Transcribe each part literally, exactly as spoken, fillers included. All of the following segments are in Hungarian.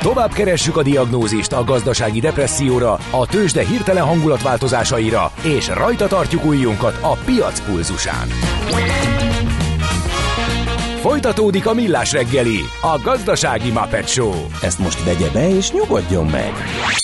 Tovább keressük a diagnózist a gazdasági depresszióra, a tőzsde hirtelen hangulatváltozásaira, és rajta tartjuk ujjunkat a piac pulzusán. Folytatódik a Millás reggeli, a gazdasági Muppet Show. Ezt most vegye be és nyugodjon meg!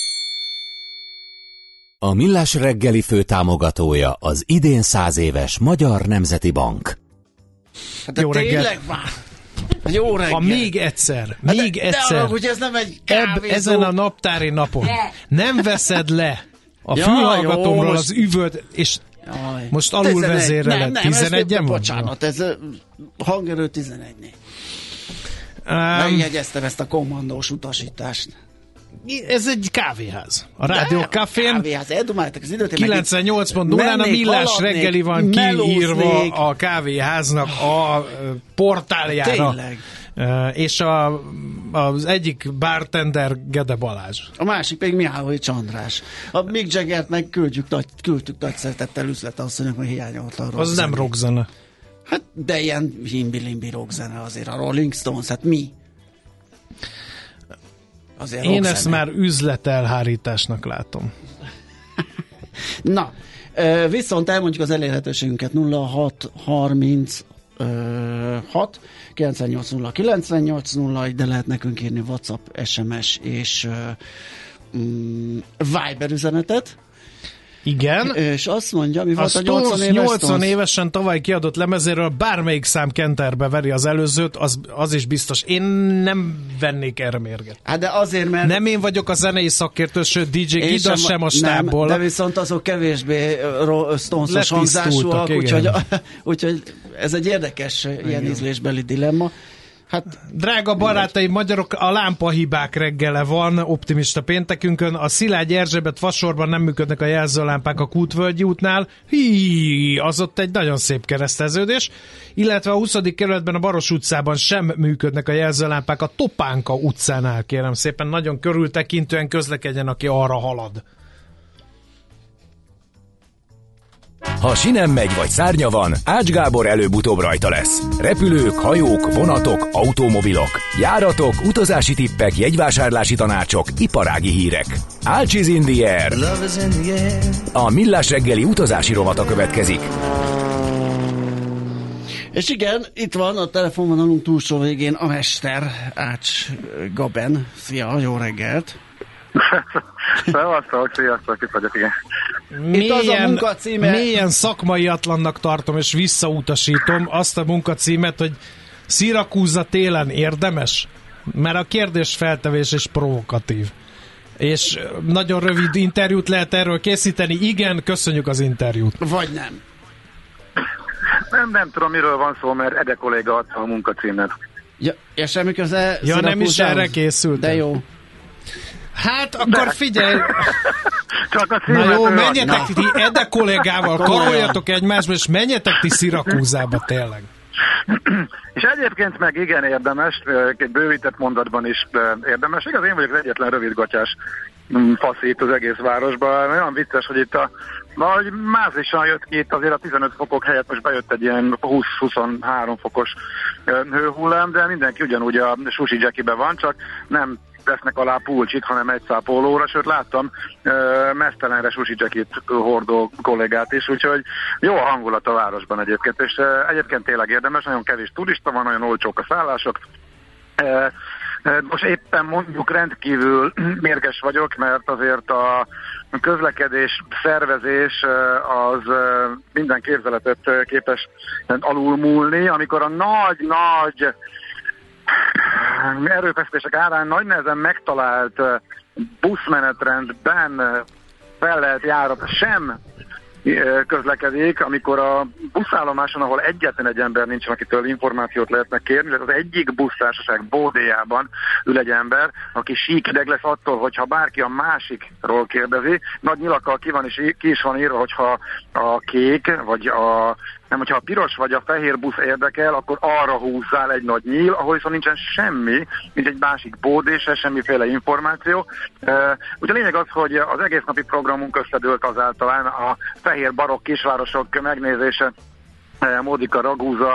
A Millás reggeli főtámogatója az idén száz éves Magyar Nemzeti Bank. Hát de Jó tényleg már! Jó reggel! Ha még egyszer, még de, egyszer, de arra, hogy ez nem egy ebb, ezen a naptári napon nem veszed le a ja, fülhallgatómról jó, az üvölt, és Jaj. most alulvezéreled. Nem, nem, tizenegyen van? Bocsánat, ez uh, hangerő tizenegynél. Um, Megjegyeztem ezt a kommandós utasítást. ez egy kávéház. A Rádió Cafén Kávéház, eldumáltak az időt. kilencvennyolc pont nullán a Millás haladnék, reggeli van kiírva melóznék. a kávéháznak a portáljára. Tényleg. Uh, és a, az egyik bartender Gede Balázs. A másik pedig Mihály Csandrás. A Mick Jaggert meg küldjük nagy, küldtük nagy szeretettel üzletasszonyok, hogy hiányolta a rockzene. Az nem rockzene. Hát, de ilyen himbi-limbi rockzene azért. A Rolling Stones, hát mi? Azért Én rockzene. ezt már üzletelhárításnak látom. Na, viszont elmondjuk az elérhetőségünket nulla hat harminc hat kilencvennyolc nulla kilencvennyolc nulla, ide lehet nekünk írni WhatsApp, es em es és um, Viber üzenetet. Igen. És azt mondja, mi A volt a nyolcvan Stones éves nyolcvan Stones? évesen tavaly kiadott lemezéről bármelyik szám kenterbe veri az előzőt, az, az is biztos. Én nem vennék erre mérget. Hát de azért, mert... Nem én vagyok a zenei szakértő, sőt dé dzsé Gida sem a stábból. Nem, de viszont azok kevésbé Stones-os hangzásúak, úgyhogy, úgyhogy ez egy érdekes igen. ilyen ízlésbeli dilemma. Hát, drága barátaim, magyarok, a lámpahibák reggele van, optimista péntekünkön. A Szilágy Erzsébet fasorban nem működnek a jelzőlámpák a Kútvölgyi útnál. Hí, az ott egy nagyon szép kereszteződés. Illetve a huszadik kerületben a Baros utcában sem működnek a jelzőlámpák a Topánka utcánál, kérem szépen. Nagyon körültekintően közlekedjen, aki arra halad. Ha sinem megy vagy szárnya van, Ács Gábor előbb-utóbb rajta lesz. Repülők, hajók, vonatok, automobilok, járatok, utazási tippek, jegyvásárlási tanácsok, iparági hírek. Ács is in the air. A Millás reggeli utazási rovata következik. És igen, itt van a telefonvonalunk túlsó végén a mester, Ács Gaben. Szia, jó reggelt! Szevasztok, sziasztok, itt vagyok, igen. Itt az a munkacíme... Mélyen szakmaiatlannak tartom, és visszautasítom azt a munkacímet, hogy Szirakúza télen érdemes? Mert a kérdés feltevés és provokatív. És nagyon rövid interjút lehet erről készíteni. Igen, köszönjük az interjút. Vagy nem. Nem, nem tudom, miről van szó, mert Ede kolléga adta a munkacímet. Ja, és semmi köze... Ja, nem is erre készült. De jó. Hát, akkor De. figyelj! Csak a Na jó, ő menjetek ad. ti Ede kollégával, karoljatok egymásba, és menjetek ti Szirakúzába tényleg. És egyébként meg igen érdemes, egy bővített mondatban is érdemes. Igaz, én vagyok az egyetlen rövidgatyás fasz itt az egész városban. Olyan vicces, hogy itt a valahogy mázisan jött ki, itt azért a tizenöt fokok helyett most bejött egy ilyen húsz-huszonhárom fokos hőhullám, de mindenki ugyanúgy a sushi jackiben van, csak nem tesznek alá pulcsit, hanem egy szápolóra, sőt láttam uh, mesztelenre sushi jackit hordó kollégát is, úgyhogy jó a hangulat a városban egyébként, és uh, egyébként tényleg érdemes, nagyon kevés turista van, nagyon olcsók a szállások. Uh, Most éppen mondjuk rendkívül mérges vagyok, mert azért a közlekedés, szervezés az minden képzeletet képes alulmúlni, amikor a nagy-nagy erőfeszítések árán nagy nehezen megtalált buszmenetrendben fel lehet járat sem közlekedik, amikor a buszállomáson, ahol egyetlen egy ember nincsen, akitől információt lehetne kérni, az egyik busztársaság bódéjában ül egy ember, aki síkideg lesz attól, hogyha bárki a másikról kérdezi, nagy nyilakkal ki, van is, ki is van írva, hogyha a kék, vagy a nem, hogyha a piros vagy a fehér busz érdekel, akkor arra húzzál egy nagy nyíl, ahol viszont nincsen semmi, mint egy másik bódé, se semmiféle információ. Ugye a lényeg az, hogy az egész napi programunk összedőlt azáltalán a fehér barokk kisvárosok megnézése, Módika, Ragúza,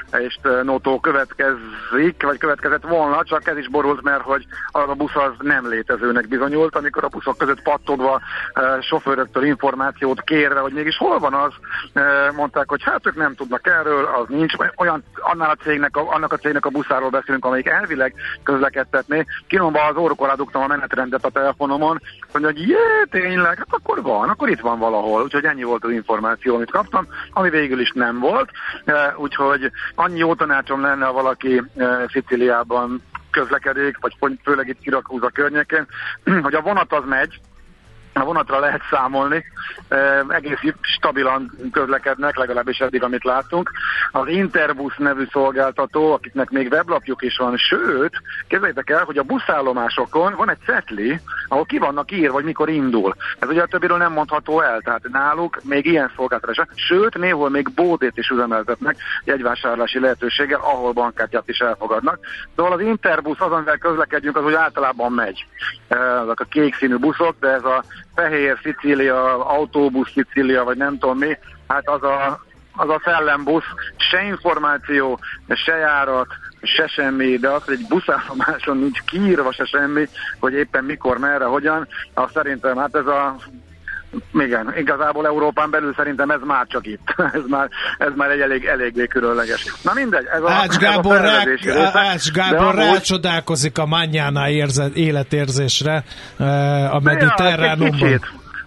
és Notó következik, vagy következett volna, csak ez is borult, mert hogy az a busz az nem létezőnek bizonyult, amikor a buszok között pattogva sofőröktől információt kérve, hogy mégis hol van az, mondták, hogy hát ők nem tudnak erről, az nincs, olyan annál a cégnek, a, annak a cégnek a buszáról beszélünk, amelyik elvileg közlekedtetné. Kinomba az orruk alá dugtam a menetrendet a telefonomon, mondja, hogy jé, tényleg, hát akkor van, akkor itt van valahol, úgyhogy ennyi volt az információ, amit kaptam, ami végül is nem volt, úgyhogy annyi jó tanácsom lenne, ha valaki Szicíliában közlekedik, vagy főleg itt Siracusa környékén, hogy a vonat az megy, a vonatra lehet számolni, egész stabilan közlekednek, legalábbis eddig, amit láttunk. Az Interbus nevű szolgáltató, akiknek még weblapjuk is van, sőt, képzeljétek el, hogy a buszállomásokon van egy cetli, ahol ki vannak írva, hogy mikor indul. Ez ugye a többiről nem mondható el, tehát náluk még ilyen szolgáltatás. Sőt, néhol még bódét is üzemeltetnek jegyvásárlási lehetőséggel, ahol bankkártyát is elfogadnak. Szóval az Interbus, azon, amivel közlekedjünk, az úgy általában megy. Ezek a kék színű buszok, de ez a fehér Szicília, autóbusz Szicília, vagy nem tudom mi, hát az a, az a szellembusz, se információ, se járat, se semmi, de az, hogy egy buszállomáson nincs kiírva se semmi, hogy éppen mikor, merre, hogyan, azt szerintem, hát ez a igen, igazából Európán belül szerintem ez már csak itt. ez már, ez már egy elég, eléggé különleges. Na mindegy, ez a, Ács Gábor, ez a rá, Ács Gábor rácsodálkozik a Manjana érze, életérzésre a Mediterránumban.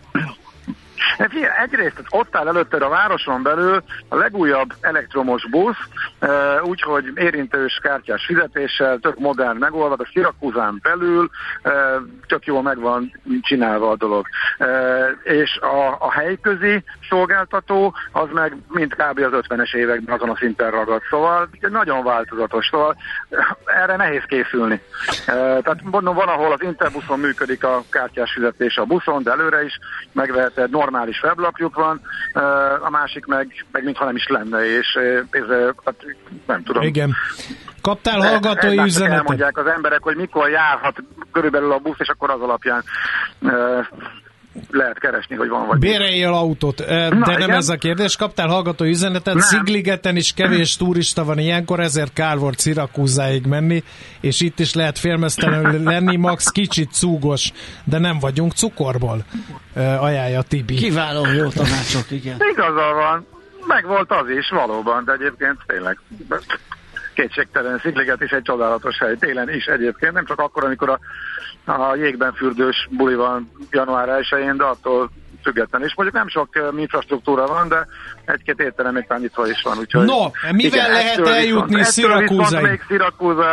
Egyrészt ott áll előtted a városon belül a legújabb elektromos busz, úgyhogy érintős kártyás fizetéssel, tök modern megoldva, a Siracusán belül tök jól meg van csinálva a dolog. És a, a helyközi szolgáltató az meg mint kb. Az ötvenes években azon a szinten ragad. Szóval nagyon változatos. Szóval erre nehéz készülni. Tehát mondom, van, ahol az Interbuszon működik a kártyás fizetés a buszon, de előre is megveheted, normális weblapjuk van, a másik meg, meg mintha nem is lenne, és ez, hát, nem tudom. Igen. Kaptál hallgatói üzenetet? Elmondják az emberek, hogy mikor járhat körülbelül a busz, és akkor az alapján lehet keresni, hogy van vagy. Béreljél autót, de Na, nem igen? ez a kérdés. Kaptál hallgatói üzenetet, nem. Szigligeten is kevés turista van ilyenkor, ezért kár volt Siracusáig menni, és itt is lehet félmeztelenül lenni, max kicsit cúgos, de nem vagyunk cukorból, ajánlja Tibi. Kiváló, jó tanácsok, igen. Igaza van, meg volt az is, valóban, de egyébként tényleg kétségtelen, Szigliget is egy csodálatos hely, télen is egyébként, nem csak akkor, amikor a a jégben fürdős buli van január elsején, de attól független is. Mondjuk nem sok infrastruktúra van, de egy-két étterem még már nyitva is van. Úgyhogy no, mivel igen, lehet eljutni Siracusáig? Még Siracusa,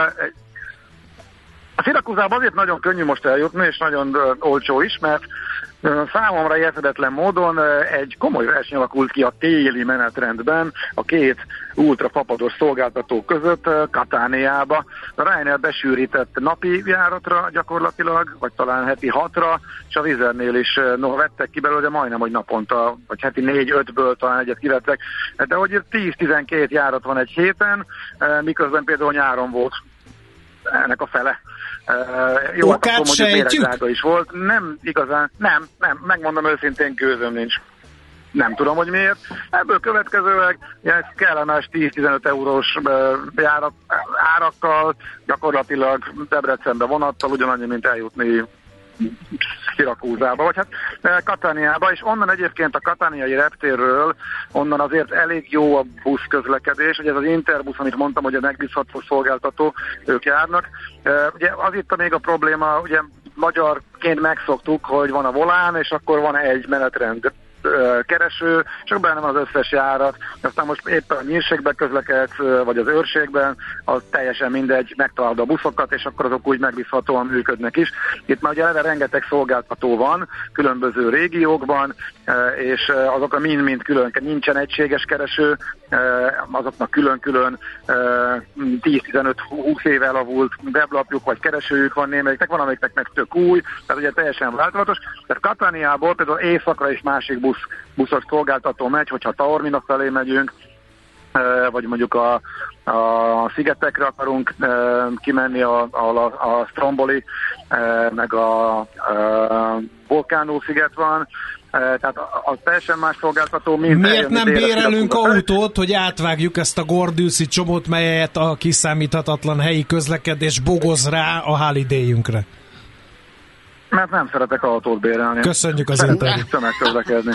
a Siracusában azért nagyon könnyű most eljutni, és nagyon uh, olcsó is, mert uh, számomra érthetetlen módon uh, egy komoly verseny alakult ki a téli menetrendben a két ultra papados szolgáltató között uh, Cataniába. A Ryanair besűrített napi járatra gyakorlatilag, vagy talán heti hatra, és a Wizzairnél is uh, no, vettek ki belőle, de majdnem, hogy naponta, vagy heti négy-ötből talán egyet kivettek. De hogy tíz-tizenkét járat van egy héten, uh, miközben például nyáron volt ennek a fele. Uh, jó, Okát akkor sejtjük? is volt. Nem igazán, nem, nem, megmondom őszintén, gőzöm nincs. Nem tudom, hogy miért. Ebből következőleg ez kellemes tíz-tizenöt eurós uh, járat, árakkal, gyakorlatilag Debrecenbe vonattal, ugyanannyi, mint eljutni Siracusába, vagy hát Cataniába, és onnan egyébként a katániai reptérről, onnan azért elég jó a buszközlekedés, ugye ez az Interbusz, amit mondtam, hogy a megbízható szolgáltató, ők járnak. Ugye az itt még a probléma, ugye magyarként megszoktuk, hogy van a volán, és akkor van egy menetrend kereső, csak benne van az összes járat, aztán most éppen a nyírségben közlekedsz, vagy az őrségben, az teljesen mindegy, megtalálod a buszokat, és akkor azok úgy megbízhatóan működnek is. Itt már ugye eleve rengeteg szolgáltató van, különböző régiókban, és azokra mind-mind külön, nincsen egységes kereső, azoknak külön-külön tíz-tizenöt-húsz éve elavult weblapjuk, vagy keresőjük van némelyiknek, van amelyiknek meg tök új, tehát ugye teljesen változatos. Tehát Cataniából például éjszakra is másik busz, buszos szolgáltató megy, hogyha Taormina felé megyünk, vagy mondjuk a, a szigetekre akarunk kimenni, a, a, a Stromboli, meg a, a Vulkánó sziget van, tehát az teljesen más szolgáltató. Miért nem bérelünk autót, hogy átvágjuk ezt a Gordűszi csomót, melyet a kiszámíthatatlan helyi közlekedés bogoz rá a holiday-ünkre? Mert nem szeretek autót bérelni. Köszönjük az interjút. Tömegközlekedni.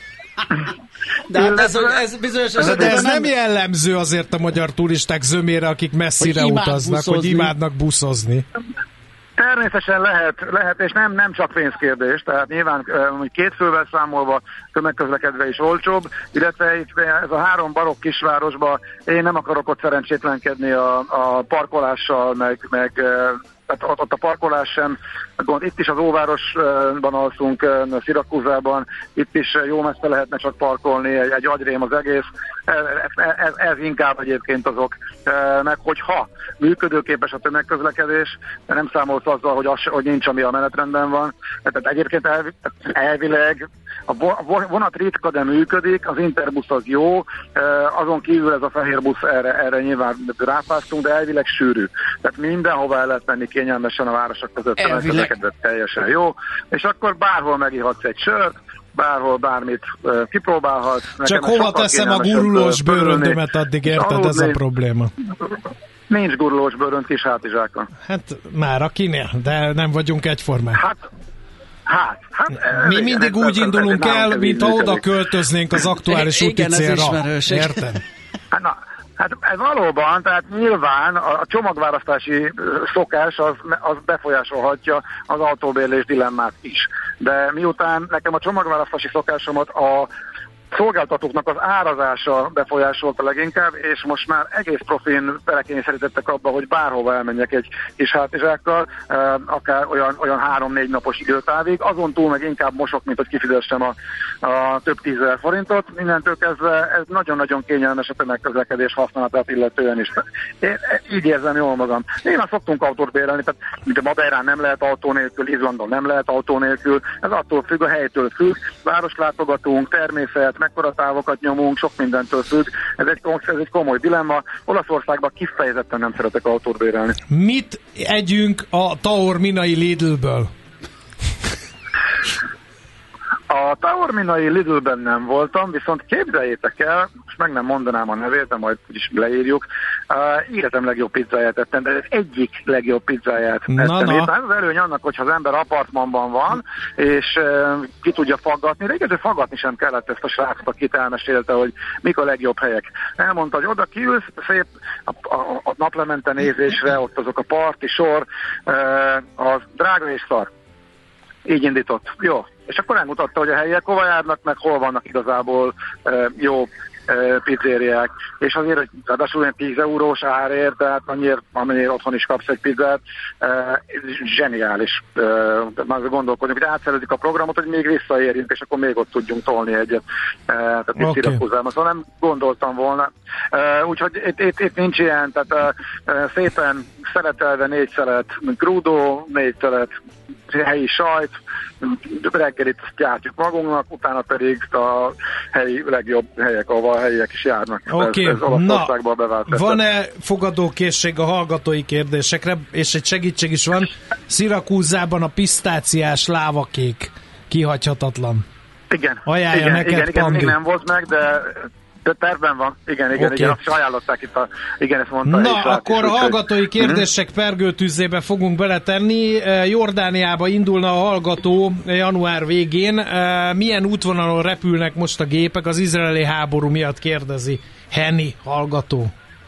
De hát ez, ez bizonyos de, de ez nem, nem jellemző azért a magyar turisták zömére, akik messzire utaznak, buszozni. Hogy imádnak buszozni. Természetesen lehet, lehet, és nem, nem csak pénzkérdés, tehát nyilván két fővel számolva tömegközlekedve is olcsóbb, illetve itt ez a három barokk kisvárosban én nem akarok ott szerencsétlenkedni a, a parkolással, meg, meg tehát ott, ott a parkolás sem gond. Itt is az óvárosban alszunk, Szirakúzában, itt is jó messze lehetne csak parkolni, egy, egy agyrém az egész. Ez, ez, ez inkább egyébként azok. Meg hogyha működőképes a tömegközlekedés, nem számolsz azzal, hogy, az, hogy nincs, ami a menetrendben van. Tehát egyébként elv, elvileg a vonat ritka, de működik, az Interbusz az jó, azon kívül ez a fehér busz, erre, erre nyilván ráfáztunk, de elvileg sűrű. Tehát mindenhova el lehet menni kényelmesen a városok között, tömegközlekedés teljesen jó, és akkor bárhol megihatsz egy sört, bárhol bármit uh, kipróbálhatsz. Csak hova teszem a gurulós bőröndömet, addig érted, aludni. Ez a probléma. Nincs gurulós bőrönd kis hátizsákon. Hát már akinél, de nem vagyunk egyformák. Hát, hát, hát mi igen, mindig úgy indulunk el, mintha oda költöznénk az aktuális úti célra. Érted? Hát, na, hát ez valóban, tehát nyilván a, a csomagválasztási szokás az, az befolyásolhatja az autóbérlés dilemmát is. De miután nekem a csomagválasztási szokásomat a szolgáltatóknak az árazása befolyásolta leginkább, és most már egész profin belekényszerítettek abba, hogy bárhova elmenjek egy kis hátizsákkal, akár olyan, olyan három-négy napos időtávig, azon túl meg inkább mosok, mint hogy kifizessem a, a több tízezer forintot. Mindentől kezdve ez nagyon-nagyon kényelmes a tömegközlekedés használatát illetően is. Én így érzem jól magam. Nyilván szoktunk autót bérelni, tehát mint a Madeirán nem lehet autó nélkül, Izlandon nem lehet autó nélkül, ez attól függ, a helytől függ, városlátogatunk, természet, mekkora távokat nyomunk, sok mindentől függ. Ez egy, ez egy komoly dilemma. Olaszországban kifejezetten nem szeretek autót bérelni. Mit együnk a Taorminai Lidlből? A Taorminai Lidlben nem voltam, viszont képzeljétek el, most meg nem mondanám a nevét, de majd is leírjuk, uh, életem legjobb pizzáját ettem, de ez egyik legjobb pizzáját ettem. Ez az előny annak, hogyha az ember apartmanban van, és uh, ki tudja faggatni, de igazán faggatni sem kellett ezt a srácot, akit elmesélte, hogy mik a legjobb helyek. Elmondta, hogy oda kiülsz, szép a, a, a naplemente nézésre, ott azok a parti sor, uh, az drága és szar. Így indított. Jó. És akkor elmutatta, hogy a helyiek hova járnak, meg hol vannak igazából e, jó e, pizzériák. És azért, hogy ráadásul olyan tíz eurós árért, tehát annyira, amennyire otthon is kapsz egy pizzát, e, zseniális. E, már gondolkodunk, hogy átszerezik a programot, hogy még visszaérjünk, és akkor még ott tudjunk tolni egyet. E, tehát itt Szirakúzában. Szóval nem gondoltam volna. E, úgyhogy itt, itt, itt nincs ilyen, tehát e, szépen szeretelve négy szelet grúdó, négy szelet helyi sajt, reggelit azt gyártjuk magunknak, utána pedig a helyi legjobb helyek, ahol a helyiek is járnak. Oké, okay. Na, van-e fogadókészség a hallgatói kérdésekre, és egy segítség is van. Szirakúzában a pisztáciás lávakék kihagyhatatlan. Igen, ajánlja igen, neked, igen, igen, Pandi. még nem volt meg, de de tervben van, igen, igen, okay. Igen, azt ajánlották itt a, igen, ezt mondta. Na, akkor is, hallgatói úgy, kérdések uh-huh. pergőtűzébe fogunk beletenni. Jordániába indulna a hallgató január végén. Milyen útvonalon repülnek most a gépek? Az izraeli háború miatt kérdezi Henny hallgató.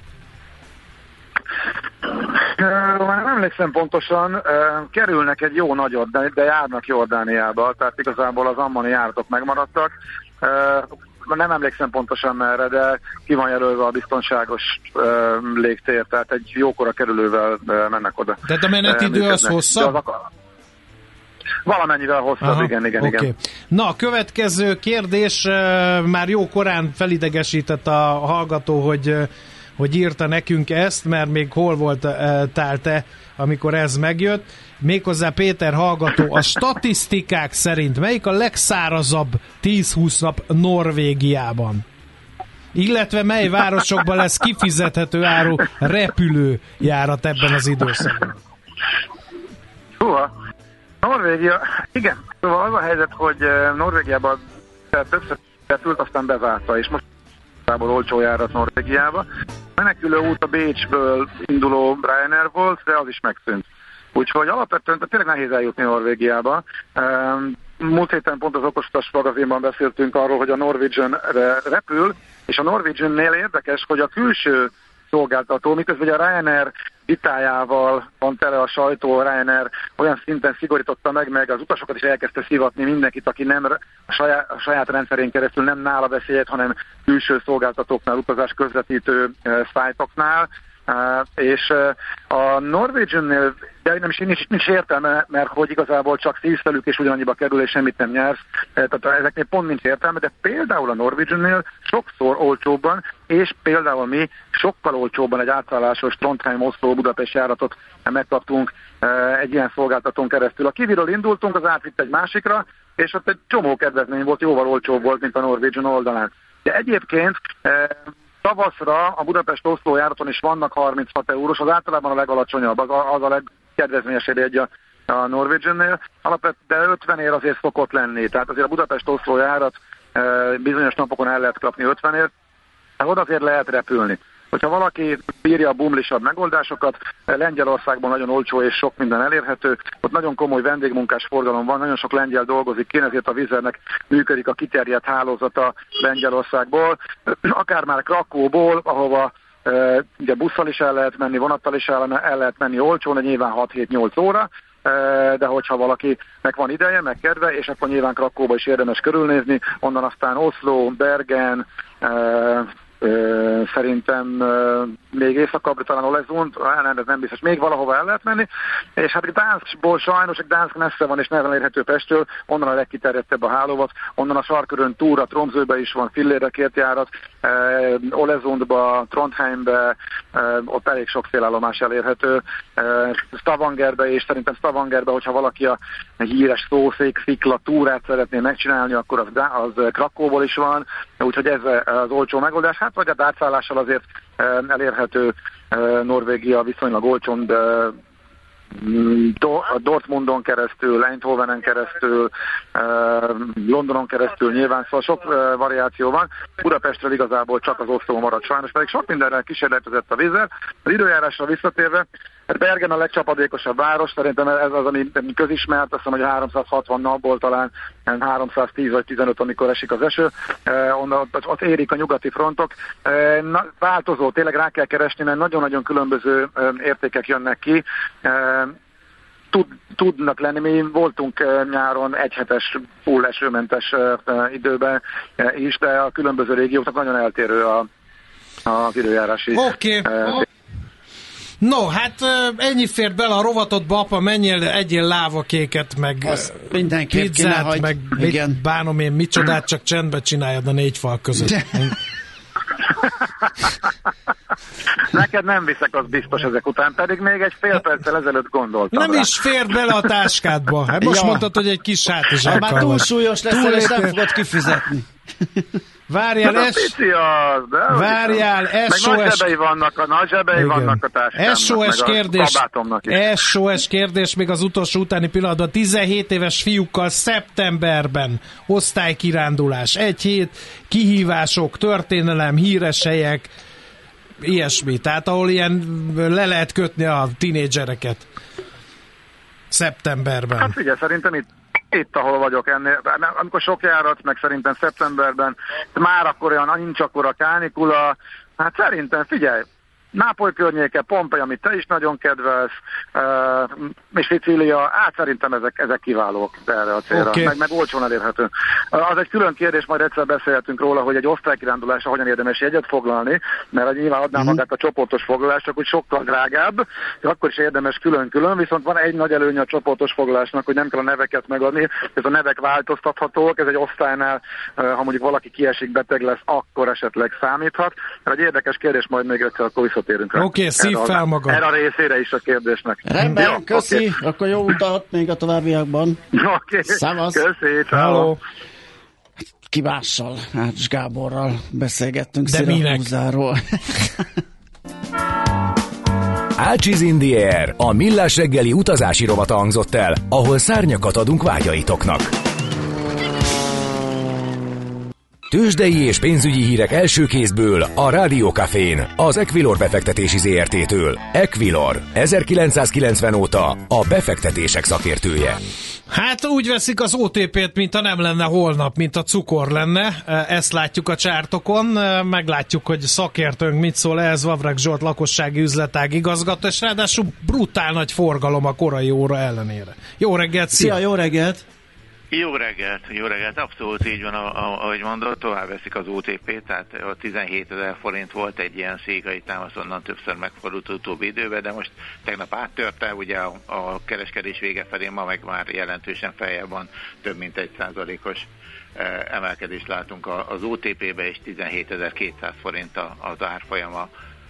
Már nem emlékszem pontosan, kerülnek egy jó nagyot, de, de járnak Jordániába, tehát igazából az ammani járatok megmaradtak. Nem emlékszem pontosan merre, de ki van jelölve a biztonságos uh, légtér, tehát egy jókora kerülővel uh, mennek oda. De a menetidő uh, az hosszabb? Az ak- Valamennyivel hosszabb, aha, igen, igen, okay. igen. Na, a következő kérdés, uh, már jó korán felidegesített a hallgató, hogy, uh, hogy írta nekünk ezt, mert még hol volt uh, tál te, amikor ez megjött. Méghozzá Péter hallgató, a statisztikák szerint melyik a legszárazabb tíz-húsz nap Norvégiában? Illetve mely városokban lesz kifizethető áru repülőjárat ebben az időszakban? Húha, Norvégia, igen, szóval az a helyzet, hogy Norvégiában többször repült, aztán bezárta, és most olcsó járat Norvégiába. Menekülő út a Bécsből induló Ryanair volt, de az is megszűnt. Úgyhogy alapvetően tényleg nehéz eljutni Norvégiába. Múlt héten pont az Okosutas magazinban beszéltünk arról, hogy a Norwegian repül, és a Norwegiannél érdekes, hogy a külső szolgáltató, miközben a Ryanair vitájával van tele a sajtó, a Ryanair olyan szinten szigorította meg, meg az utasokat is elkezdte szivatni mindenkit, aki nem a saját, a saját rendszerén keresztül nem nála beszélt, hanem külső szolgáltatóknál, utazás közvetítő uh, szájtoknál, uh, és uh, a Norwegiannél de nem is, nincs, nincs értelme, mert hogy igazából csak szívszelük és ugyanannyiba kerül, és semmit nem nyersz. Tehát ezeknél pont nincs értelme, de például a Norwegiannél sokszor olcsóbban, és például mi sokkal olcsóbban egy átszállásos Trondheim-Oszló-Budapest járatot megkaptunk egy ilyen szolgáltatón keresztül. A Kiwiről indultunk, az átvitt egy másikra, és ott egy csomó kedvezmény volt, jóval olcsóbb volt, mint a Norwegian oldalán. De egyébként tavaszra a Budapest-Oszló járaton is vannak harminchat eurós, az általában a legalacsonyabb, az a, az a legkedvezményesebb egy a, a Norwegiannél, alapvetően de ötven ér azért szokott lenni, tehát azért a Budapest-Oszló járat e, bizonyos napokon el lehet kapni ötven ért, tehát oda azért lehet repülni. Hogyha valaki bírja a bumlisabb megoldásokat, Lengyelországban nagyon olcsó és sok minden elérhető, ott nagyon komoly vendégmunkás forgalom van, nagyon sok lengyel dolgozik ki, ezért a Wizzairnek működik a kiterjedt hálózata Lengyelországból, akár már Krakóból, ahova e, ugye busszal is el lehet menni, vonattal is el, el lehet menni olcsón, de nyilván hat-hét-nyolc óra, e, de hogyha valakinek van ideje, meg kedve, és akkor nyilván Krakóba is érdemes körülnézni, onnan aztán Oszló, Bergen, e, Ö, szerintem ö, még északabbra talán Olezund, nem, ez nem biztos, még valahova el lehet menni, és hát Gdanskból sajnos, Gdansk messze van és nehezen érhető Pesttől, onnan a legkiterjedtebb a hálózat, onnan a sarkörön túra, Tromsøbe is van fillérre kért járat, ö, Olezundba, Trondheimbe, ö, ott elég sok félállomás elérhető, ö, Stavangerbe, és szerintem Stavangerbe, hogyha valaki a híres szószék szikla túrát szeretné megcsinálni, akkor az, az Krakóból is van, úgyhogy ez az olcsó megoldás. Hát vagy a átszállással azért elérhető Norvégia viszonylag olcsón, de Dortmundon keresztül, Eindhovenen keresztül, Londonon keresztül nyilván, szóval sok variáció van. Budapestről igazából csak az Oszló maradt sajnos, pedig sok mindenrel kísérletezett a Wizzair. Az időjárásra visszatérve, hát Bergen a legcsapadékosabb város, szerintem ez az, ami közismert, azt hiszem, hogy háromszázhatvan napból talán háromszáztíz vagy tizenöt, amikor esik az eső, onnan ott érik a nyugati frontok. Na, változó, tényleg rá kell keresni, mert nagyon-nagyon különböző értékek jönnek ki. Tud, tudnak lenni, mi voltunk nyáron egyhetes full esőmentes időben is, de a különböző régióknak nagyon eltérő a, az időjárási. Oké. Okay. No, hát ennyi fért bele a rovatodba, apa, menjél, egyél lávakéket, meg pizzát, meg mit bánom én, micsodát, csak csendbe csináljad a négy fal között. Neked nem viszek, az biztos ezek után, pedig még egy fél perccel ezelőtt gondoltam Nem rá. is fért bele a táskádba. Hát most ja. mondtad, hogy egy kis hátizsákkal van. Már túlsúlyos leszel, és nem fogod kifizetni. Várjál, es... Várjál, es o es... Meg nagy zsebei vannak a, nagy zsebei vannak a táskámnak, es o es kérdés, es o es kérdés még az utolsó utáni pillanatban. tizenhét éves fiúkkal szeptemberben osztálykirándulás, egy hét, kihívások, történelem, híres helyek, ilyesmi. Tehát ahol ilyen le lehet kötni a tinédzsereket szeptemberben. Hát figyelj, szerintem itt Itt, ahol vagyok ennél, amikor sok járat, meg szerintem szeptemberben, már akkor olyan, nincs akkor a kánikula, hát szerintem, figyelj, Nápoly környéke, Pompei, amit te is nagyon kedvelsz, uh, és Szicília, hát szerintem ezek, ezek kiválók erre a célra, okay. meg, meg olcsón elérhető. Uh, az egy külön kérdés, majd egyszer beszélhetünk róla, hogy egy osztálykirándulásra hogyan érdemes jegyet foglalni, mert nyilván adná mm-hmm. magát a csoportos foglalás, csak úgy sokkal drágább, akkor is érdemes külön-külön, viszont van egy nagy előnye a csoportos foglalásnak, hogy nem kell a neveket megadni, ez a nevek változtathatók, ez egy osztálynál, uh, ha mondjuk valaki kiesik, beteg lesz, akkor esetleg számíthat. Egy érdekes kérdés, majd még egyszer akkor visszatérünk rá. Oké, okay, szív fel magad. Erre a részére is a kérdésnek. Rendben, jó, köszi, okay. Akkor jó utat még a továbbiakban. Oké, okay. Szavasz. Köszi, ciao. ki mással, Ács Gáborral beszélgettünk Szirahúzáról. Ácsiz in the Air, a millás reggeli utazási rovata hangzott el, ahol szárnyakat adunk vágyaitoknak. Tőzsdei és pénzügyi hírek első kézből a Rádió Cafén, az Equilor befektetési zé er té-től. Equilor, ezerkilencszázkilencven óta a befektetések szakértője. Hát úgy veszik az o té pét, mint ha nem lenne holnap, mint a cukor lenne. Ezt látjuk a csártokon, meglátjuk, hogy szakértőnk mit szól ehhez. Vavreg Zsolt lakossági üzletág igazgató, és ráadásul brutál nagy forgalom a korai óra ellenére. Jó reggelt, szia! Szia, jó reggelt! Jó reggelt, jó reggelt, abszolút így van, ahogy mondod, tovább veszik az o té pét, tehát a tizenhétezer forint volt egy ilyen székai támasz, onnan többször megfordult utóbbi időben, de most tegnap áttörte, ugye a, a kereskedés vége felé ma meg már jelentősen feljebb van, több mint egy százalékos eh, emelkedést látunk az o té pé-be, és tizenhétezer-kétszáz forint az árfolyama.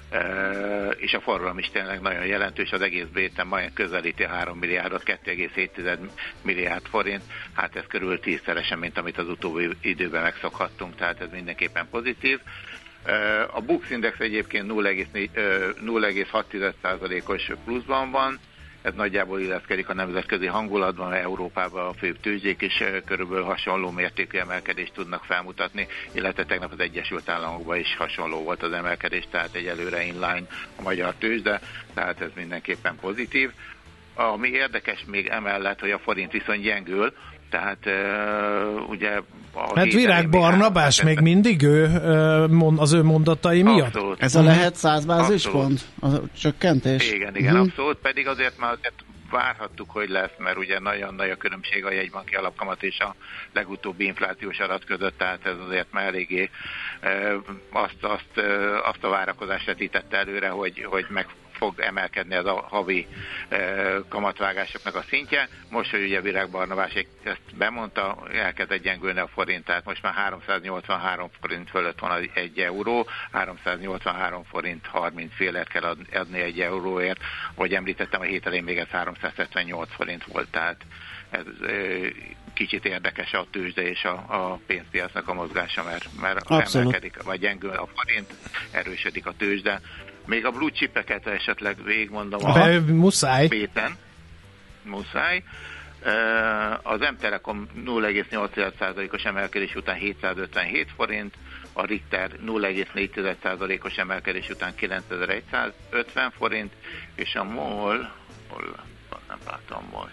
Uh, és a forgalom is tényleg nagyon jelentős, az egész béten majd közelíti a három milliárdot, két egész hét milliárd forint, hát ez körül tízszeresen, mint amit az utóbbi időben megszokhattunk, tehát ez mindenképpen pozitív. Uh, a Bux Index egyébként nulla egész hat százalékos pluszban van, ez nagyjából illeszkedik a nemzetközi hangulatban, Európában a főbb tőzsdék is körülbelül hasonló mértékű emelkedést tudnak felmutatni, illetve tegnap az Egyesült Államokban is hasonló volt az emelkedés, tehát egyelőre inline a magyar tőzsde, tehát ez mindenképpen pozitív. Ami érdekes még emellett, hogy a forint viszony gyengül, tehát uh, ugye... Hát Virág Barnabás még mindig ő, az ő mondatai miatt? Abszolút. Ez a lehet száz bázispont? A csökkentés? Igen, igen, uh-huh. abszolút, pedig azért már azért várhattuk, hogy lesz, mert ugye nagyon nagy a különbség a jegybanki alapkamat és a legutóbbi inflációs adat között, tehát ez azért már eléggé azt, azt, azt a várakozást vetítette előre, hogy, hogy meg fog emelkedni az a havi e, kamatvágásoknak a szintje. Most, hogy ugye Virág Barnabás ezt bemondta, elkezdett gyengülni a forint, tehát most már háromszáznyolcvanhárom forint fölött van egy euró, háromszáznyolcvanhárom forint harminc félért kell adni egy euróért. Ahogy említettem, a hét elején még ez háromszázhetvennyolc forint volt, tehát ez e, kicsit érdekes a tőzsde és a, a pénzpiacnak a mozgása, mert, mert emelkedik, vagy gyengül a forint, erősödik a tőzsde. Még a blue chipeket esetleg végigmondom a muszáj. Péten. Muszáj. Az M-Telekom nulla egész nyolc százalékos emelkedés után hétszázötvenhét forint, a Richter nulla egész négy százalékos emelkedés után kilencezer-százötven forint, és a MOL, hol, nem látom, MOL.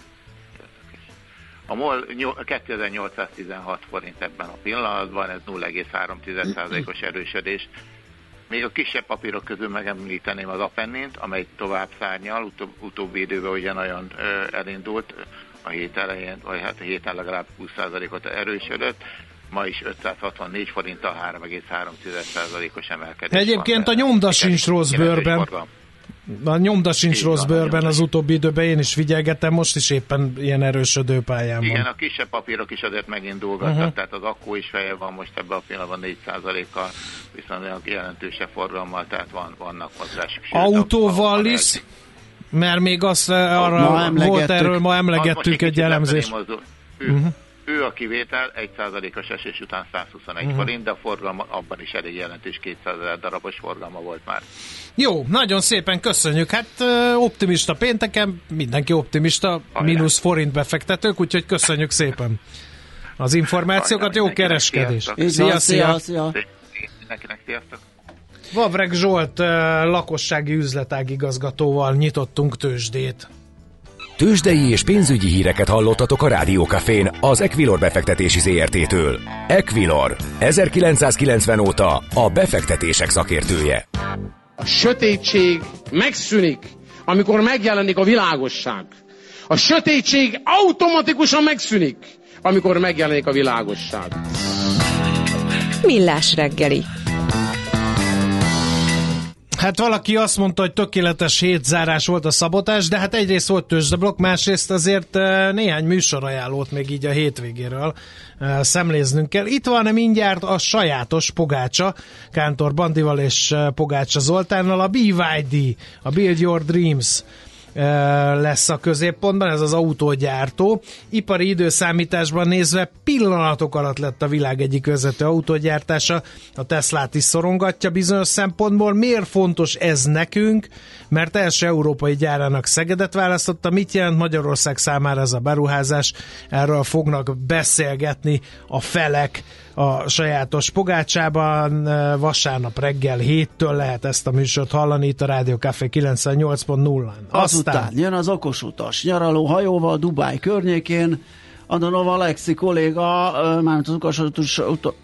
A MOL kétezer-nyolcszáztizenhat forint ebben a pillanatban, ez nulla egész három százalékos erősödés. Még a kisebb papírok közül megemlíteném az Apennint, amely tovább szárnyal, utó, utóbbi időben ugye nagyon ö, elindult, a hét elején, vagy hát a héten legalább húsz százalékot erősödött, ma is ötszázhatvannégy forinttal három egész három százalékos emelkedés. Egyébként van, a nyomda sincs rossz bőrben. A nyomda sincs rossz bőrben az utóbbi időben, én is figyelgettem, most is éppen ilyen erősödő pályán van. Igen, a kisebb papírok is azért megindulgattak, uh-huh. tehát az akkó is feje van most ebben a pillanatban négy százalékkal, viszont jelentősebb forgalommal, tehát van, vannak mozgások. Autóval is, mert még azt arra volt erről, ma emlegettük egy elemzést. Uh-huh. Ő a kivétel, egy százalékos esés után százhuszonegy uh-huh. forint, de a forgalma abban is elég jelentős, kétszázezer darabos forgalma volt már. Jó, nagyon szépen köszönjük. Hát optimista pénteken, mindenki optimista, mínusz forint befektetők, úgyhogy köszönjük szépen az információkat, jó kereskedés. Szia, szia, szia. Mindenkinek sziasztok. Vavreg Zsolt lakossági üzletág igazgatóval nyitottunk tőzsdét. Tőzsdei és pénzügyi híreket hallottatok a Rádió Cafén az Equilor befektetési zé er té-től. Equilor, ezerkilencszázkilencven óta a befektetések szakértője. A sötétség megszűnik, amikor megjelenik a világosság. A sötétség automatikusan megszűnik, amikor megjelenik a világosság. Millás reggeli. Hát valaki azt mondta, hogy tökéletes hétzárás volt a szabotás, de hát egyrészt volt tőzsdeblokk, másrészt azért néhány műsorajánlót még így a hétvégéről szemléznünk kell. Itt van mindjárt a sajátos pogácsa, Kántor Bandival és Pogácsa Zoltánnal, a bé vé dé, a Build Your Dreams lesz a középpontban, ez az autógyártó. Ipari időszámításban nézve pillanatok alatt lett a világ egyik vezető autógyártása, a Teslát is szorongatja bizonyos szempontból. Miért fontos ez nekünk? Mert első európai gyárának Szegedet választotta. Mit jelent Magyarország számára ez a beruházás? Erről fognak beszélgetni a felek a sajátos pogácsában. Vasárnap reggel héttől lehet ezt a műsort hallani itt a Rádió Café kilencvennyolc pont nullán. Azután jön az okosutas nyaraló hajóval Dubáj környékén. Adonova Alexi kolléga, mármint az okosutas,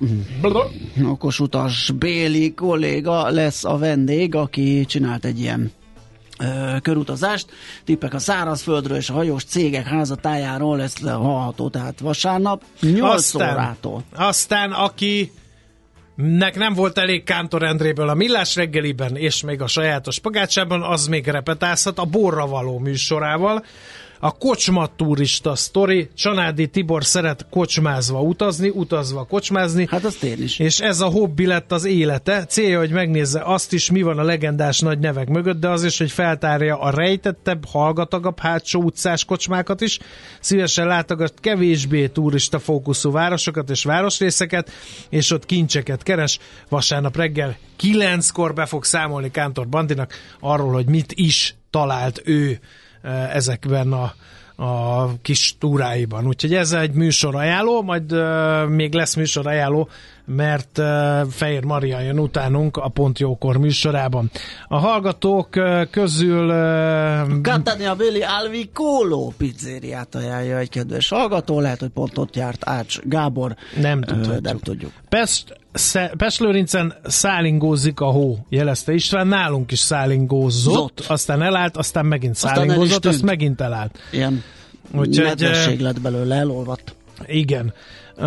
okosutas Béli kolléga lesz a vendég, aki csinált egy ilyen ö, körutazást. Tippek a szárazföldről és a hajós cégek házatájáról lesz hallható, tehát vasárnap nyolc aztán, órától. Aztán aki nek nem volt elég Kántor Endréből a Millás reggeliben, és még a sajátos pagácsában, az még repetázhat a Borra való műsorával. A kocsma turista sztori. Csanádi Tibor szeret kocsmázva utazni, utazva kocsmázni. Hát azt én is. És ez a hobbi lett az élete. Célja, hogy megnézze azt is, mi van a legendás nagy nevek mögött, de az is, hogy feltárja a rejtettebb, hallgatagabb hátsó utcás kocsmákat is. Szívesen látogat kevésbé turista fókuszú városokat és városrészeket, és ott kincseket keres. Vasárnap reggel kilenckor be fog számolni Kántor Bandinak arról, hogy mit is talált ő ezekben a, a kis túráiban. Úgyhogy ez egy műsor ajánló, majd uh, még lesz műsor ajánló, mert uh, Fejér Maria jön utánunk a Pont Jókor műsorában. A hallgatók uh, közül uh, Catania Belli Alvi Kóló pizzériát ajánlja egy kedves hallgató, lehet, hogy pont ott járt Ács Gábor. Nem tudjuk. Nem tudjuk. Pest, Pestlőrincen szálingózik a hó, jelezte István, nálunk is szálingózott, Zott. aztán elállt, aztán megint szálingózott, azt megint elállt. Ilyen nedvesség lett belőle, elolvadt. Igen. Uh,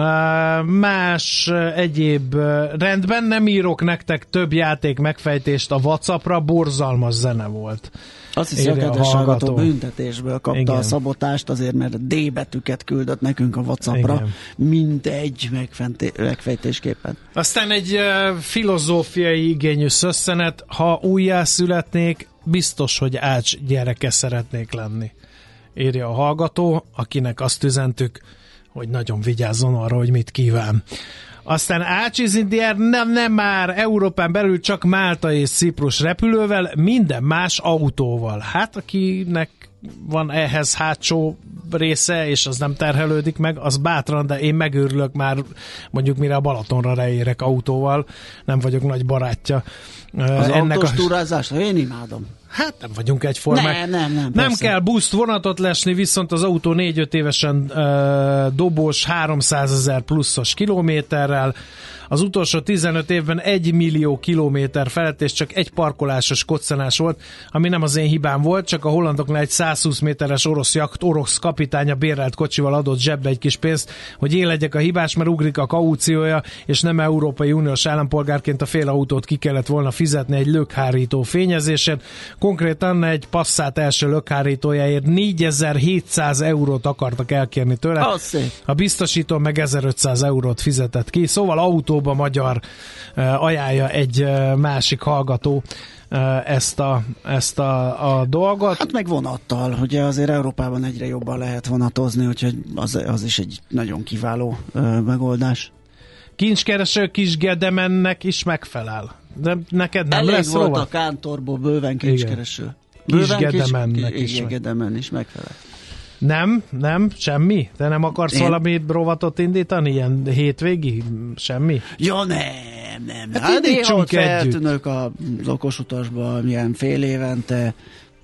más uh, egyéb uh, rendben, nem írok nektek több játék megfejtést a WhatsAppra, borzalmas zene volt. Azt hiszi, a kedves hallgató büntetésből kapta Igen. a szabotást, azért mert D betűket küldött nekünk a WhatsAppra, Igen. mindegy megfejtésképpen. Aztán egy uh, filozófiai igényű szösszenet, ha újjászületnék, biztos, hogy Ács gyereke szeretnék lenni. Írja a hallgató, akinek azt üzentük, hogy nagyon vigyázzon arra, hogy mit kíván. Aztán Ácsiz Indiár nem, nem már Európán belül csak Málta és Ciprus repülővel, minden más autóval. Hát akinek van ehhez hátsó része, és az nem terhelődik meg, az bátran, de én megőrülök már mondjuk mire a Balatonra leérek autóval, nem vagyok nagy barátja. Az ennek autós a... túrázást, én imádom. Hát nem vagyunk egyformák. Nem, nem, nem. Nem kell buszt, vonatot lesni, viszont az autó négy-öt évesen uh, dobós háromszázezer pluszos kilométerrel. Az utolsó tizenöt évben egy millió kilométer felett, és csak egy parkolásos koccanás volt, ami nem az én hibám volt, csak a hollandoknál egy százhúsz méteres orosz jakt, orosz kapitánya bérelt kocsival adott zsebbe egy kis pénzt, hogy én legyek a hibás, mert ugrik a kauciója, és nem Európai Uniós állampolgárként a fél autót ki kellett volna fizetni egy lökhárító fényezésért. Konkrétan egy Passat első lökhárítójáért négyezer-hétszáz eurót akartak elkérni tőle. A biztosító meg ezerötszáz eurót fizetett ki. Szóval autóba magyar uh, ajánlja egy uh, másik hallgató uh, ezt, a, ezt a, a dolgot. Hát meg vonattal, ugye azért Európában egyre jobban lehet vonatozni, úgyhogy az, az is egy nagyon kiváló uh, megoldás. Kincskereső Kisgedemennek is megfelel. De neked nem Elég lesz volt rovat? A Kántorból bőven kincskereső. Kisgedemennek is, is, meg. is megfelel. Nem, nem, semmi? Te nem akarsz Én... valami rovatot indítani? Ilyen hétvégi? Semmi? Ja, nem, nem. Hát, hát indítsunk együtt. Feltűnök az okosutasba milyen fél évente,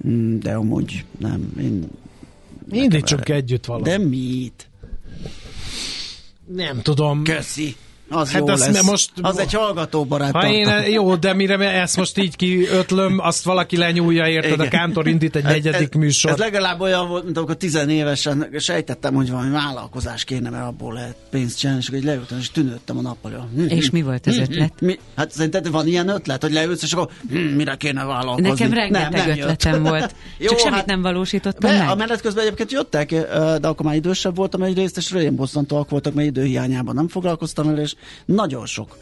de amúgy nem. Én indítsunk együtt valamit. De mit? Nem tudom. Köszi. Az hát jó lesz. Most, az egy hallgatóbarát ha én, jó, de mire ezt most így kiötlöm, azt valaki lenyúlja, érted? Igen. A Kántor indít egy negyedik ez, műsor. Ez legalább olyan volt, mint amikor tizenévesen sejtettem, hogy valami vállalkozás kéne, mert abból lehet pénzt csinálni, és akkor leültem, és tűnődtem a nappal. És mi volt az ötlet? Mi? Hát szerinted van ilyen ötlet, hogy leülsz, és akkor hm, mire kéne vállalkozni? Nekem rengeteg nem, nem ötletem volt. Jó, csak semmit hát, nem valósítottam be, meg. A menet közben egyébként jöttek, de akkor már idősebb voltam egyrészt, és röjjön bosszantóak voltak, mert időhiányában nem foglalkoztam el, és nagyon sok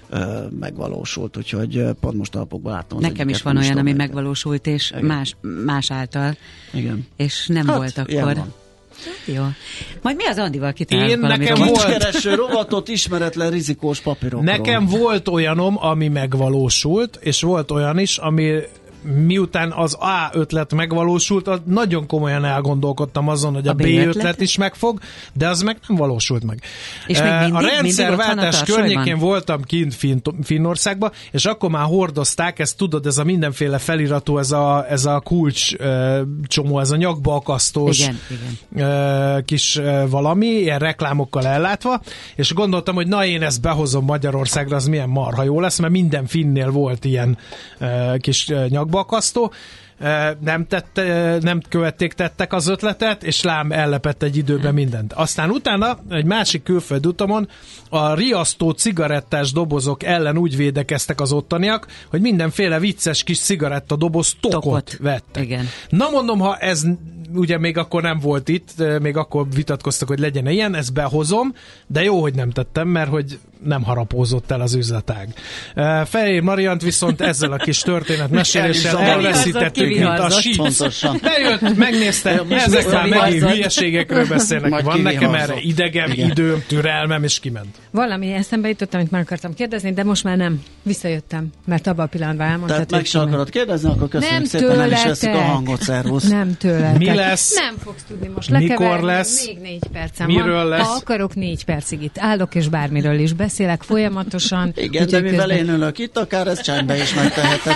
megvalósult, úgyhogy pont most alapokban láttam. Nekem is van olyan, ami megvalósult, és más, más által. Igen. És nem hát, volt akkor. Jó. Majd mi az Andival kitálunk Én valami nekem rossz? volt... Kereső rovatot ismeretlen rizikós papírokról. Nekem volt olyanom, ami megvalósult, és volt olyan is, ami miután az A ötlet megvalósult, az nagyon komolyan elgondolkodtam azon, hogy a, a B, B ötlet? ötlet is megfog, de az meg nem valósult meg. És még mindig, a rendszerváltás környékén van? voltam kint Finn, Finnországban, és akkor már hordozták, ezt tudod, ez a mindenféle feliratú, ez a, ez a kulcs csomó, ez a nyakba akasztós igen, igen. kis valami, ilyen reklámokkal ellátva, és gondoltam, hogy na én ezt behozom Magyarországra, az milyen marha jó lesz, mert minden finnél volt ilyen kis nyakba akasztó, nem, tette, nem követték tettek az ötletet, és lám ellepett egy időben mindent. Aztán utána egy másik külföldi utamon a riasztó cigarettás dobozok ellen úgy védekeztek az ottaniak, hogy mindenféle vicces kis cigarettadoboz tokot, tokot vettek. Igen. Na mondom, ha ez ugye még akkor nem volt itt, még akkor vitatkoztak, hogy legyen ilyen, ezt behozom, de jó, hogy nem tettem, mert hogy nem harapózott el az üzletág. Fehér Mariant viszont ezzel a kis történetmeséléssel elveszítettük, mint a síp. Bejött, megnézte, ezek már megint hülyeségekről beszélnek. Majd van nekem erre idegem, igen. időm, türelmem, és kiment. Valami eszembe jutottam, amit már akartam kérdezni, de most már nem. Visszajöttem, mert abban a pillanatban elmondtad. Tehát meg se akarod kérdezni, akkor köszönjük nem szépen, el is veszik a hangot, szervusz. Nem tőletek. Mi lesz? Nem fogsz tudni most lekeverni. Mikor lesz? Még négy percem Miről van. lesz? Ha akarok, négy percig itt állok, és bármiről is beszélek folyamatosan. Igen, de mivel közben... én ülök itt, akár ezt csendben is megteheted.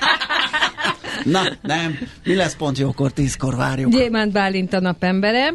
Na, nem. Mi lesz pont jókor, tízkor várjuk. Gyémánt Bálint a napembere.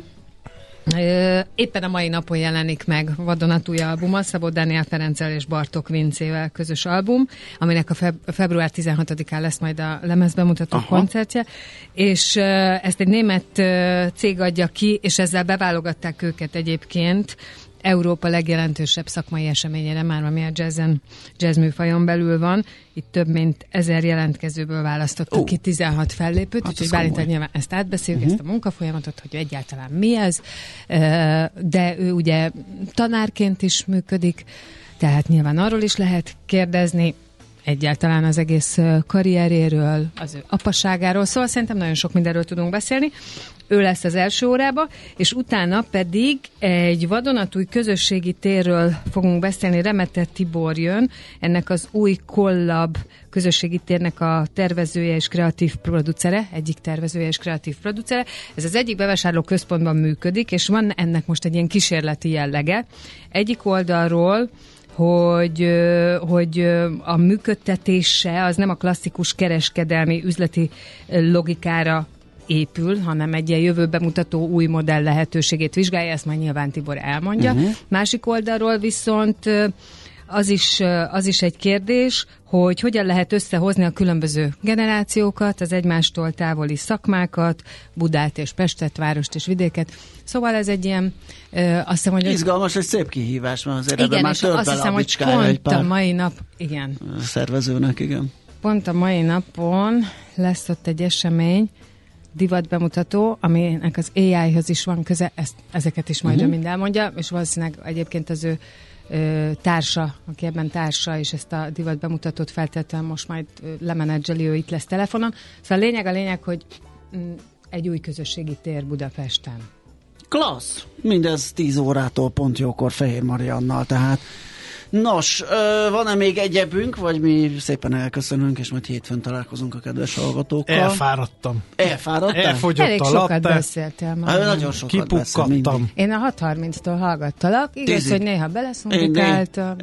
Éppen a mai napon jelenik meg vadonatúj albuma, Szabó Dániel Ferenccel és Bartók Vincével közös album, aminek a feb- február tizenhatodikán lesz majd a lemezbemutató Aha. koncertje, és ezt egy német cég adja ki, és ezzel beválogatták őket egyébként Európa legjelentősebb szakmai eseményére, már ami a jazzen, jazz műfajon belül van. Itt több mint ezer jelentkezőből választottak uh. ki tizenhat fellépőt, hát úgyhogy Bálint nyilván ezt átbeszéljük, uh-huh. ezt a munkafolyamatot, hogy egyáltalán mi ez, de ő ugye tanárként is működik, tehát nyilván arról is lehet kérdezni, egyáltalán az egész karrieréről, az ő apaságáról, szóval szerintem nagyon sok mindenről tudunk beszélni. Ő lesz az első órába, és utána pedig egy vadonatúj közösségi térről fogunk beszélni. Remete Tibor jön, ennek az új Collab közösségi térnek a tervezője és kreatív producere, egyik tervezője és kreatív producere. Ez az egyik bevásárló központban működik, és van ennek most egy ilyen kísérleti jellege. Egyik oldalról hogy, hogy a működtetése az nem a klasszikus kereskedelmi üzleti logikára épül, hanem egy ilyen jövőbe mutató új modell lehetőségét vizsgálja, ezt majd nyilván Tibor elmondja. Uh-huh. Másik oldalról viszont az is, az is egy kérdés, hogy hogyan lehet összehozni a különböző generációkat, az egymástól távoli szakmákat, Budát és Pestet, várost és vidéket. Szóval ez egy ilyen, ö, azt hiszem, hogy... Izgalmas, egy szép kihívás, mert azért igen, ebben már tört azt bele hiszem, a hogy pont egy pár a mai nap, igen. Szervezőnek, igen. Pont a mai napon lesz ott egy esemény, divat bemutató, aminek az á í-hoz is van köze, ezt, ezeket is majd uh-huh. mind elmondja, és valószínűleg egyébként az ő ö, társa, aki ebben társa, és ezt a divat bemutatót feltétlenül most majd ö, lemenedzseli, ő itt lesz telefonon. Szóval a lényeg a lényeg, hogy m, egy új közösségi tér Budapesten. Klassz! Mindez tíz órától pont jókor Fehér Mariannal, tehát nos, van-e még egyebünk, vagy mi szépen elköszönünk, és majd hétfőn találkozunk a kedves hallgatókkal? Elfáradtam. Elfáradtál? Elfogyott Elég a sokat latte. beszéltél ma. Nagyon sokat Kipukkadtam. Én a hat harminctól hallgattalak. Igaz, Tízig. hogy néha beleszundikáltam.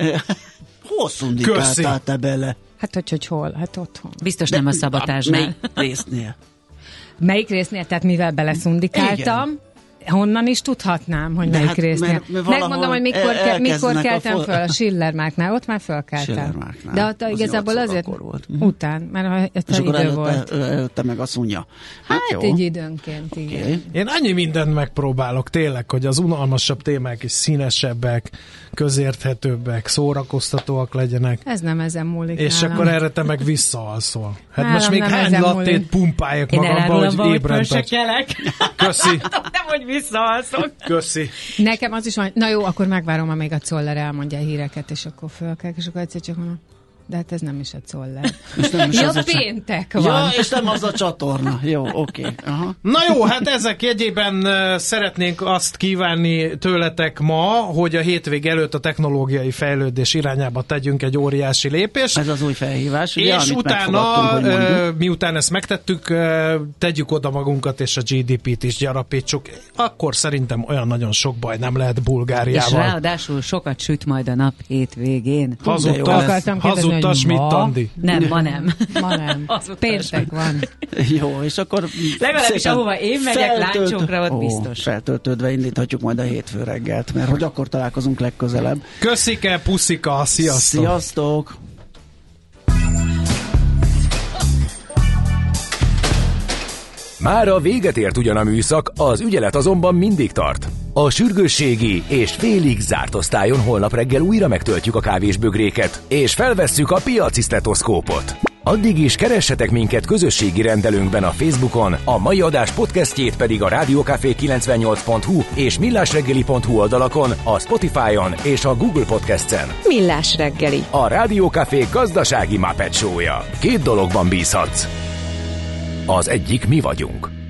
Hol szundikáltál te bele? Hát, hogy, hogy hol? Hát otthon. Biztos nem a szabatásnál. Melyik résznél? Melyik résznél? Tehát mivel beleszundikáltam? Igen. Honnan is tudhatnám, hogy de melyik hát, résznél. Mert, mert Megmondom, hogy mikor, el, mikor keltem a föl. A Schillermárknál. Ott már fölkeltem. De ott az igazából azért volt. Után, mert a idő előtte, volt. Előtte meg a szunya. Hát, hát így időnként, igen. Okay. Én annyi mindent megpróbálok tényleg, hogy az unalmasabb témák is színesebbek, közérthetőbbek, szórakoztatóak legyenek. Ez nem ezen múlik. És nálam. akkor erre te meg visszaalszol. Hát nálam most még hány lattét pumpáljak magamba, hogy ébredtek. Én Köszi. nem, hogy visszaalszok. Köszi. Nekem az is van, na jó, akkor megvárom, amíg a Czoller elmondja a híreket, és akkor fölkelek, és akkor egyszer csak mondom, de hát ez nem is a Czoller. Ja, péntek van. Ja, és nem az a csatorna. Jó, oké. Okay. Aha. Na jó, hát ezek jegyében uh, szeretnénk azt kívánni tőletek ma, hogy a hétvég előtt a technológiai fejlődés irányába tegyünk egy óriási lépést. Ez az új felhívás. Ugye, és utána, uh, miután ezt megtettük, uh, tegyük oda magunkat, és a gé dé pét is gyarapítsuk. Akkor szerintem olyan nagyon sok baj nem lehet Bulgáriával. És ráadásul sokat süt majd a nap hétvégén. Hazudtas, Hazudtas, mit, Tandi? Nem, ma nem. Ma nem. Péntek van. Jó, és akkor legalábbis ahova én megyek láncsokra, ott Ó, biztos. Feltöltődve indíthatjuk majd a hétfő reggelt, mert hogy akkor találkozunk legközelebb. Köszike, puszika, sziasztok! Sziasztok! Mára véget ért ugyan a műszak, az ügyelet azonban mindig tart. A sürgősségi és félig zárt osztályon holnap reggel újra megtöltjük a kávésbögréket, és felvesszük a piaci sztetoszkópot. Addig is keressetek minket közösségi rendelőnkben a Facebookon, a mai adás podcastjét pedig a rádiókafé kilencvennyolc pont hu és millásreggeli pont hu oldalakon, a Spotify-on és a Google Podcast-en. Millás reggeli. A Rádiókafé gazdasági Muppet show-ja. Két dologban bízhatsz. Az egyik mi vagyunk.